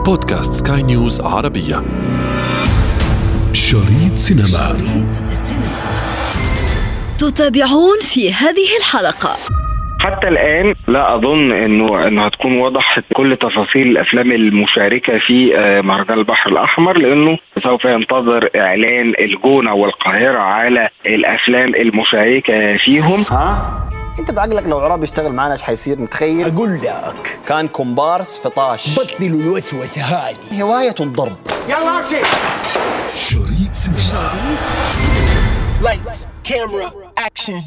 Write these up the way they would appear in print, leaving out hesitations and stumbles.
بودكاست سكاي نيوز عربية. شريط سينما. تتابعون في هذه الحلقة. حتى الآن لا أظن إنه هتكون وضحت كل تفاصيل الأفلام المشاركة في مهرجان البحر الأحمر، لأنه سوف ينتظر إعلان الجونة والقاهرة على الأفلام المشاركة فيهم. انت بعقلك لو عرابي يشتغل معنا ايش حيصير؟ متخيل؟ اقول لك كان كومبارس في طاش. بطلوا الوسوسه هذه، هوايه الضرب. يلا امشي. شريط سينما. لايتس كاميرا اكشن.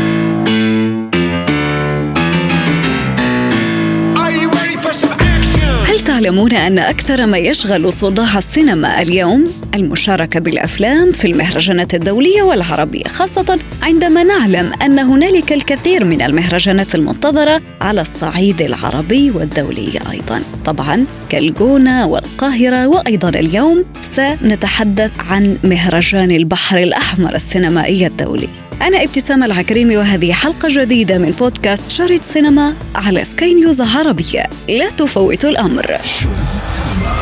هل تعلمون أن أكثر ما يشغل صداع السينما اليوم المشاركة بالأفلام في المهرجانات الدولية والعربية، خاصة عندما نعلم أن هنالك الكثير من المهرجانات المنتظرة على الصعيد العربي والدولي أيضا، طبعا كالجونة والقاهرة، وأيضا اليوم سنتحدث عن مهرجان البحر الأحمر السينمائي الدولي. أنا ابتسام العكريمي، وهذه حلقة جديدة من بودكاست شريط سينما على سكاي نيوز عربية. لا تفوتوا الأمر. شريط سينما.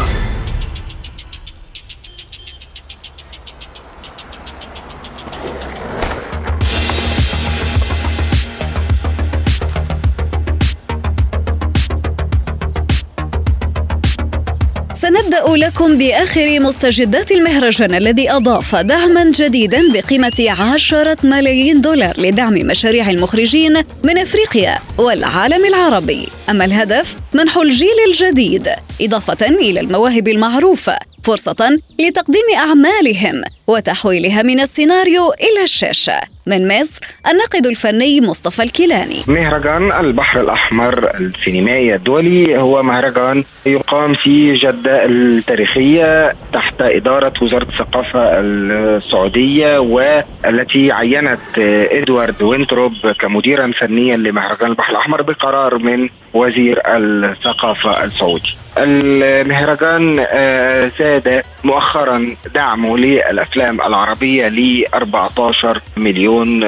سنبدأ لكم بآخر مستجدات المهرجان الذي أضاف دعما جديدا بقيمة 10 ملايين دولار لدعم مشاريع المخرجين من أفريقيا والعالم العربي. أما الهدف منح الجيل الجديد إضافة إلى المواهب المعروفة فرصة لتقديم أعمالهم وتحويلها من السيناريو إلى الشاشة. من مصر الناقد الفني مصطفى الكيلاني. مهرجان البحر الأحمر السينمائي الدولي هو مهرجان يقام في جدة التاريخية تحت إدارة وزارة الثقافة السعودية، والتي عينت إدوارد وينتروب كمديرا فنيا لمهرجان البحر الأحمر بقرار من وزير الثقافة السعودي. المهرجان زاد مؤخرا دعمه للأفلام العربية ل 14 مليون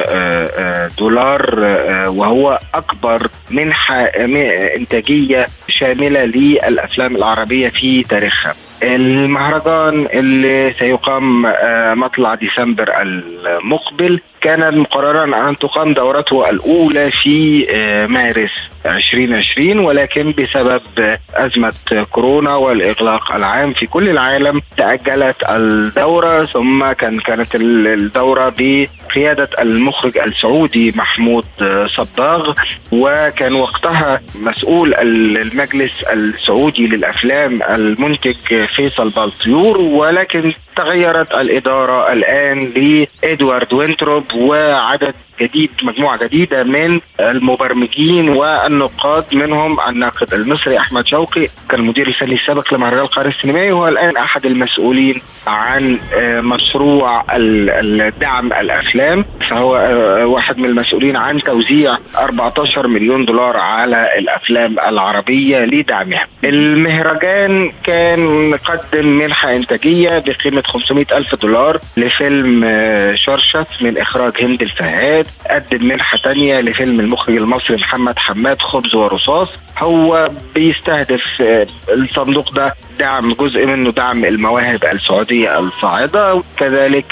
دولار، وهو أكبر منحة إنتاجية شاملة للأفلام العربية في تاريخها. المهرجان اللي سيقام مطلع ديسمبر المقبل كان مقررا أن تقام دورته الأولى في مارس 2020، ولكن بسبب أزمة كورونا والإغلاق العام في كل العالم تأجلت الدورة. ثم كانت الدورة بقيادة المخرج السعودي محمود صباغ، وكان وقتها مسؤول المجلس السعودي للأفلام المنتج فيصل بالطيور، ولكن تغيرت الإدارة الآن لإدوارد وينتروب وعدد جديد، مجموعة جديدة من المبرمجين والنقاد، منهم الناقد المصري أحمد شوقي كان المدير الفني السابق لمهرجان القاهرة السينمائي، وهو الآن أحد المسؤولين عن مشروع الدعم الأفلام، فهو واحد من المسؤولين عن توزيع 14 مليون دولار على الأفلام العربية لدعمها. المهرجان كان قدم منحة إنتاجية بقيمة 500 ألف دولار لفيلم شرشف من إخراج هند الفهاد، قدم منحة تانية لفيلم المخرج المصري محمد حماد خبز ورصاص. هو بيستهدف الصندوق ده دعم جزء منه دعم المواهب السعودية الصاعدة، وكذلك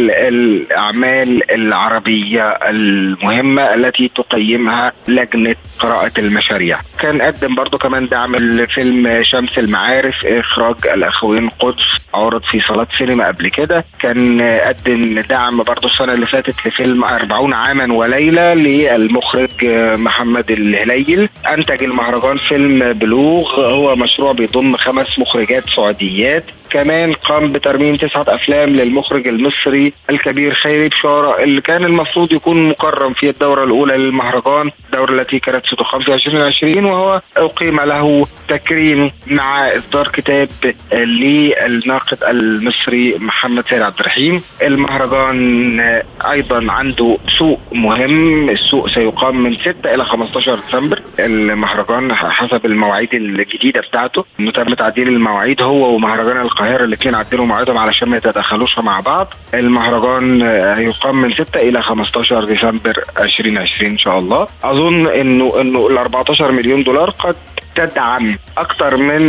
الأعمال العربية المهمة التي تقيمها لجنة قراءة المشاريع. كان قدم برضو كمان دعم الفيلم شمس المعارف إخراج الأخوين قدس، عرض في صالات سينما قبل كده. كان قدم دعم برضو السنة اللي فاتت لفيلم 40 عاما وليلة للمخرج محمد الهليل. أنتج المهرجان فيلم بلوغ، هو مشروع بيضم 5 مخرجات سعوديات. كمان قام بترميم 9 أفلام للمخرج المصري الكبير خيري بشارة، اللي كان المفروض يكون مكرم في الدورة الأولى للمهرجان، الدورة التي كانت ستقام في 2020، وهو أقيم له تكريم مع إصدار كتاب للناقد المصري محمد سيد عبد الرحيم. المهرجان أيضا عنده سوق مهم، السوق سيقام من 6 إلى 15 ديسمبر. المهرجان حسب المواعيد الجديدة بتاعته، تم تعديل المواعيد هو ومهرجان القاهرة الاثنين عدلوا مواعيدهم علشان ما يتدخلوش مع بعض. المهرجان هيقام من 6 إلى 15 ديسمبر 2020 إن شاء الله. أظن إنه ال 14 مليون دولار قد تدعم أكثر من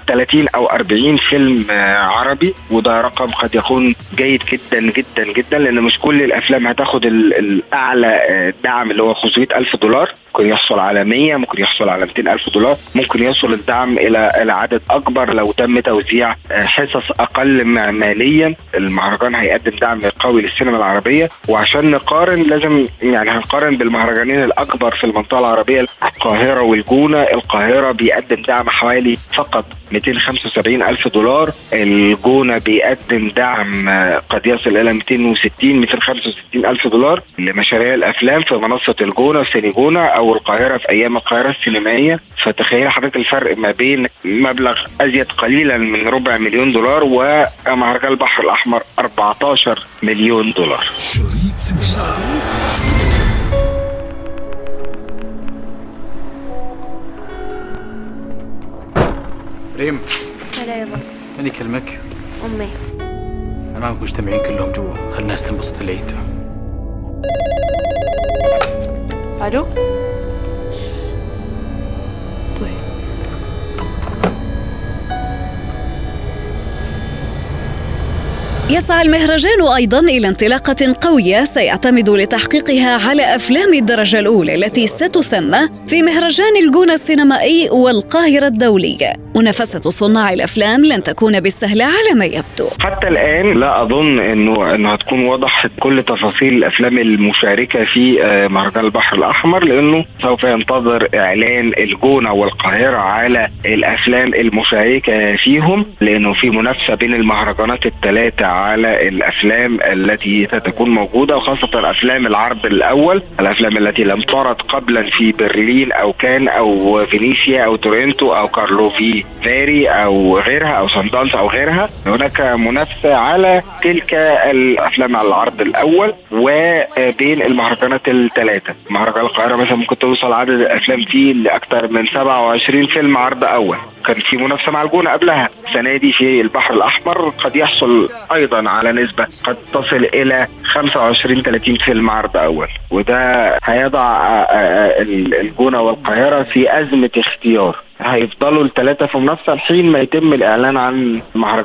30 أو 40 فيلم عربي، وده رقم قد يكون جيد جدا جدا جدا، لأن مش كل الأفلام هتاخد الأعلى دعم اللي هو $500,000. ممكن يحصل على 100، ممكن يحصل على $200,000، ممكن يوصل الدعم إلى عدد أكبر لو تم توزيع حصص أقل ماليا. المهرجان هيقدم دعم قوي للسينما العربية. وعشان نقارن لازم يعني هنقارن بالمهرجانين الأكبر في المنطقة العربية، القاهرة والجونة. القاهرة بيقدم دعم حوالي فقط $275,000، الجونة بيقدم دعم قد يصل إلى $265,000 لمشاريع الأفلام في منصة الجونة وسيني جونة أو القاهرة في أيام القاهرة السينمائية. فتخيل حضرتك الفرق ما بين مبلغ أزيد قليلا من $250,000 ومهرجان البحر الأحمر $14 مليون. شريط سينما. ريم، هلا يابا. من يكلمك؟ أمي. أنا معك مجتمعين كلهم جوا، خلي الناس تنبسط في العيد. ألو؟ يسعى المهرجان أيضاً إلى انطلاقة قوية سيعتمد لتحقيقها على أفلام الدرجة الأولى التي ستسمى في مهرجان الجونة السينمائي والقاهرة الدولي. منافسة صناع الأفلام لن تكون بالسهلة على ما يبدو. حتى الآن لا أظن إنه هتكون واضح كل تفاصيل الأفلام المشاركة في مهرجان البحر الأحمر، لأنه سوف ينتظر إعلان الجونة والقاهرة على الأفلام المشاركة فيهم، لأنه في منافسة بين المهرجانات الثلاثة على الأفلام التي ستكون موجودة، وخاصة أفلام العرض الأول، الأفلام التي لم تعرض قبلا في برلين أو كان أو فينيسيا أو تورنتو أو كارلوفي فاري أو غيرها أو ساندانس أو غيرها. هناك منافسة على تلك الأفلام على العرض الأول وبين المهرجانات الثلاثة. مهرجان القاهرة مثلا ممكن توصل عدد الأفلام فيه لأكثر من 27 فيلم عرض أول. كان في منافسة مع الجونة قبلها. السنة دي في البحر الأحمر قد يحصل أيضا على نسبة قد تصل إلى 25-30 فيلم عرض أول، وده هيضع الجونة والقاهرة في أزمة اختيار. هيفضلوا الثلاثة في منافسة الحين ما يتم الإعلان عن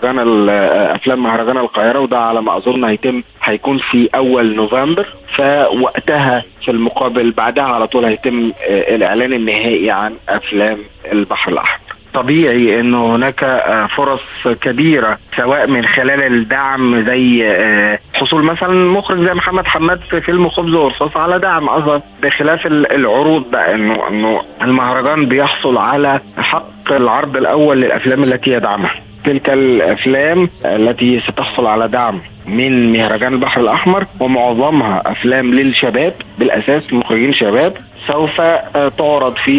أفلام مهرجان القاهرة، وده على ما أظن هيكون في أول نوفمبر. فوقتها في المقابل بعدها على طول هيتم الإعلان النهائي عن أفلام البحر الأحمر. طبيعي انه هناك فرص كبيرة سواء من خلال الدعم زي حصول مثلا مخرج زي محمد حماد في فيلم خبز ورصاص على دعم اصلا، بخلاف العروض بقى انه المهرجان بيحصل على حق العرض الاول للافلام التي يدعمها. تلك الافلام التي ستحصل على دعم من مهرجان البحر الأحمر ومعظمها أفلام للشباب بالأساس، مخرجين شباب، سوف تعرض في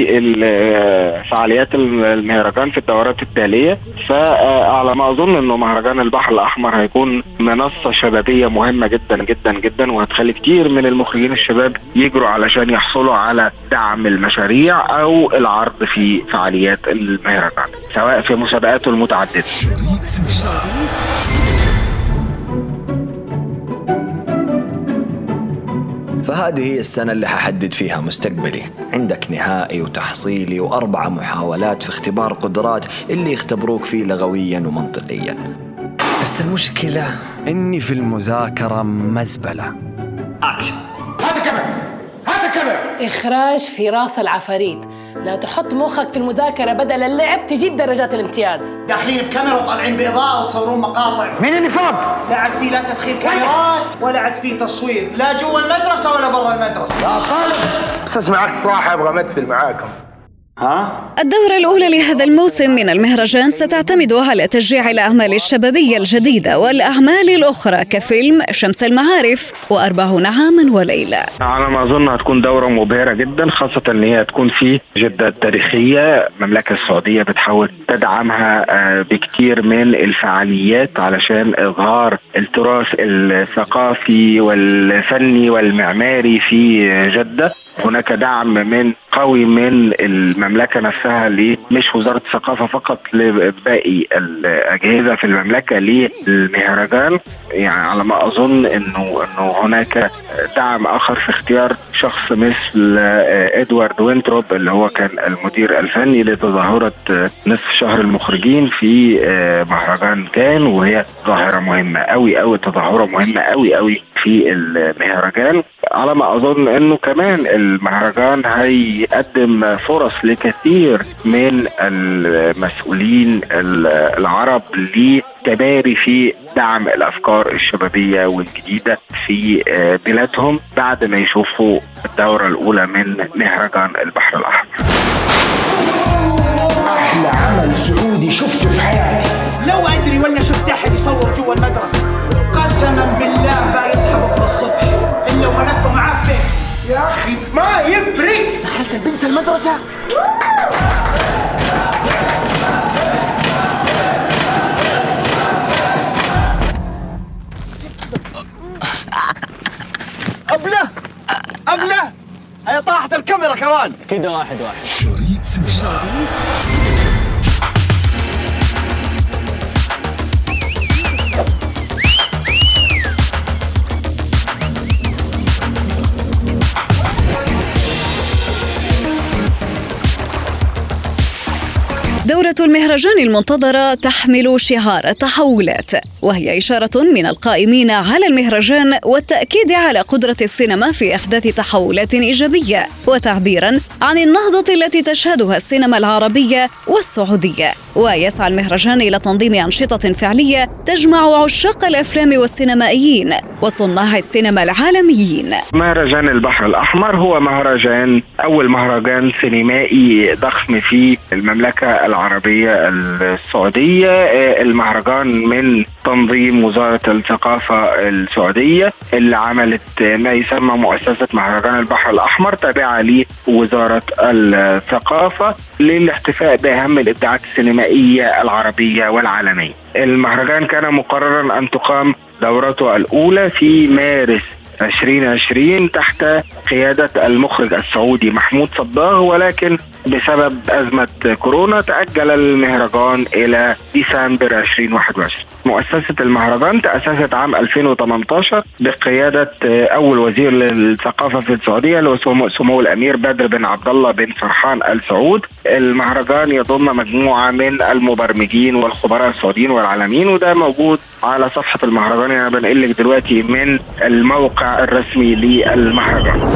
فعاليات المهرجان في الدورات التالية. فعلى ما أظن أنه مهرجان البحر الأحمر هيكون منصة شبابية مهمة جدا جدا جدا، وهتخلي كتير من المخرجين الشباب يجروا علشان يحصلوا على دعم المشاريع أو العرض في فعاليات المهرجان سواء في مسابقاته المتعددة. فهذه هي السنة اللي هحدد فيها مستقبلي. عندك نهائي وتحصيلي و4 محاولات في اختبار قدرات اللي يختبروك فيه لغويا ومنطقيا. بس المشكلة إني في المذاكرة مزبلة. أكشن. هذا كمان إخراج في راس العفاريت. لا تحط مخك في المذاكرة، بدل اللعب تجيب درجات الامتياز. داخلين بكاميرا وطالعين بإضاءة وتصورون مقاطع. مين اللي فاهم؟ لا عاد في لا تدخين كاميرات ولا عاد في تصوير، لا جوا المدرسة ولا برا المدرسة. يا طالب بس اسمعك صراحة أبغى أمثل معاكم. الدورة الأولى لهذا الموسم من المهرجان ستعتمد على تشجيع الأعمال الشبابية الجديدة والأعمال الأخرى كفيلم شمس المعارف و40 عاما وليلة. على ما أظن هتكون دورة مبهرة جدا، خاصة أن هي تكون في جدة التاريخية. المملكة السعودية بتحاول تدعمها بكتير من الفعاليات علشان إظهار التراث الثقافي والفني والمعماري في جدة. هناك دعم من قوي من المملكة نفسها، مش وزارة الثقافة فقط، لباقي الأجهزة في المملكة للمهرجان. يعني على ما أظن إنه هناك دعم آخر في اختيار شخص مثل إدوارد وينتروب اللي هو كان المدير الفني لتظاهرة نصف شهر المخرجين في مهرجان كان، وهي ظاهرة مهمة أوي، تظاهرة مهمة أوي في المهرجان. على ما أظن أنه كمان المهرجان هيقدم فرص لكثير من المسؤولين العرب لتباري في دعم الأفكار الشبابية والجديدة في بلادهم بعد ما يشوفوا الدورة الأولى من مهرجان البحر الأحمر. أحلى عمل سعودي شفته في حياتي. لو أدري ولا شفت أحد يصور جوا المدرسة قسما بالله ما يصحى بكرة الصبح إلا وملفه معاه في بيته. يا أخي ما يفرق. دخلت البنت المدرسة. أبلة هي طاحت الكاميرا كمان كده واحد شريط سينما. دورة المهرجان المنتظرة تحمل شعار التحولات، وهي إشارة من القائمين على المهرجان والتأكيد على قدرة السينما في إحداث تحولات إيجابية، وتعبيراً عن النهضة التي تشهدها السينما العربية والسعودية. ويسعى المهرجان إلى تنظيم أنشطة فعلية تجمع عشاق الأفلام والسينمائيين وصناع السينما العالميين. مهرجان البحر الأحمر هو أول مهرجان سينمائي ضخم في المملكة العربية السعودية. المهرجان من تنظيم وزارة الثقافة السعودية اللي عملت ما يسمى مؤسسة مهرجان البحر الأحمر تابعة لوزارة الثقافة للاحتفاء بأهم الإبداعات السينمائية العربية والعالمية. المهرجان كان مقررا أن تقام دورته الأولى في مارس 2020 تحت قيادة المخرج السعودي محمود صباغ، ولكن بسبب أزمة كورونا تأجل المهرجان إلى ديسمبر 2021. مؤسسة المهرجان تأسست عام 2018 بقيادة أول وزير للثقافة في السعودية اللي هو سمو الأمير بدر بن عبد الله بن فرحان آل سعود. المهرجان يضم مجموعة من المبرمجين والخبراء السعوديين والعالميين، وده موجود على صفحة المهرجان. أنا بنقل لك دلوقتي من الموقع الرسمي للمهرجان.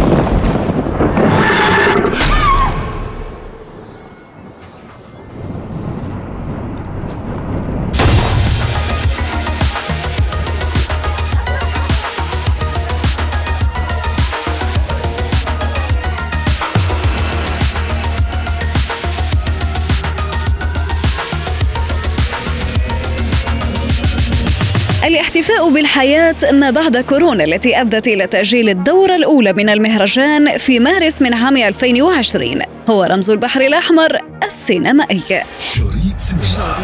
الاحتفاء بالحياة ما بعد كورونا التي أدت إلى تأجيل الدورة الأولى من المهرجان في مارس من عام 2020 هو رمز البحر الأحمر السينمائي. شريط سينما.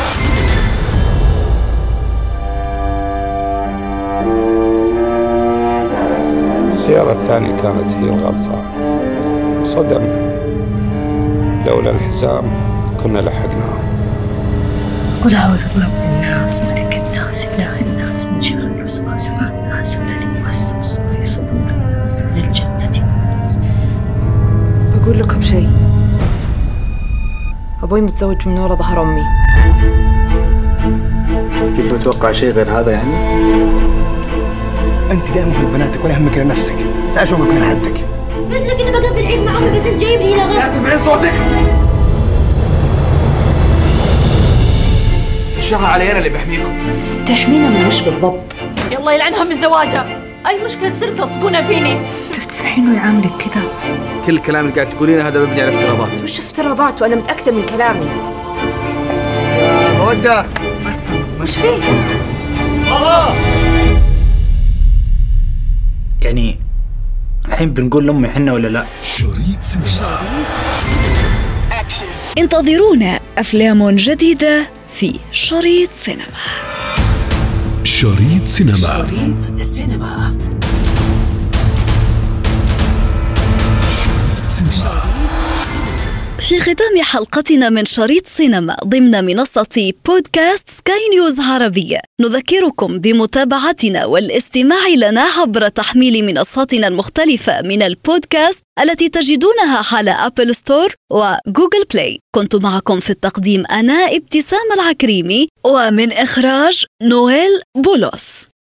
السيارة الثانية كانت هي الغلطة، صدمنا. لولا الحزام كنا لحقناه. قل أعوذ برب الناس ملك الناس إله الناس من شر الوسواس الخناس الذي يوسوس في صدور الناس من الجنة والناس. بقول لكم شيء، أبوي متزوج من ورا ظهر أمي. كنت متوقع شيء غير هذا يعني؟ أنت دائما في بناتك ولا همك لنفسك، بس أشوفك من حدك. بس لك إني بقضي العيد مع أمي، بس أنت جايب لي هنا غصب. لا ترفعين صوتك. الشهر علي أنا اللي بحميكم. تحمينا من وش بالضبط؟ يلا يلعنها من زواجها. أي مشكلة تصير تلصقونها فيني. كيف تسمحين إنه يعاملك كذا؟ كل الكلام اللي قاعد تقولينه هذا مبني على افتراضات. وش افتراضات وأنا متأكدة من كلامي؟ يا مودة وش فيه؟ خلاص. يعني الحين بنقول لأمي حنا ولا لا؟ شريط سينما. انتظرونا أفلام جديدة في شريط سينما. شريط سينما. شريط سينما. في ختام حلقتنا من شريط سينما ضمن منصة بودكاست سكاي نيوز عربية، نذكركم بمتابعتنا والاستماع لنا عبر تحميل منصاتنا المختلفة من البودكاست التي تجدونها على أبل ستور وجوجل بلاي. كنت معكم في التقديم أنا ابتسام العكريمي، ومن إخراج نويل بولوس.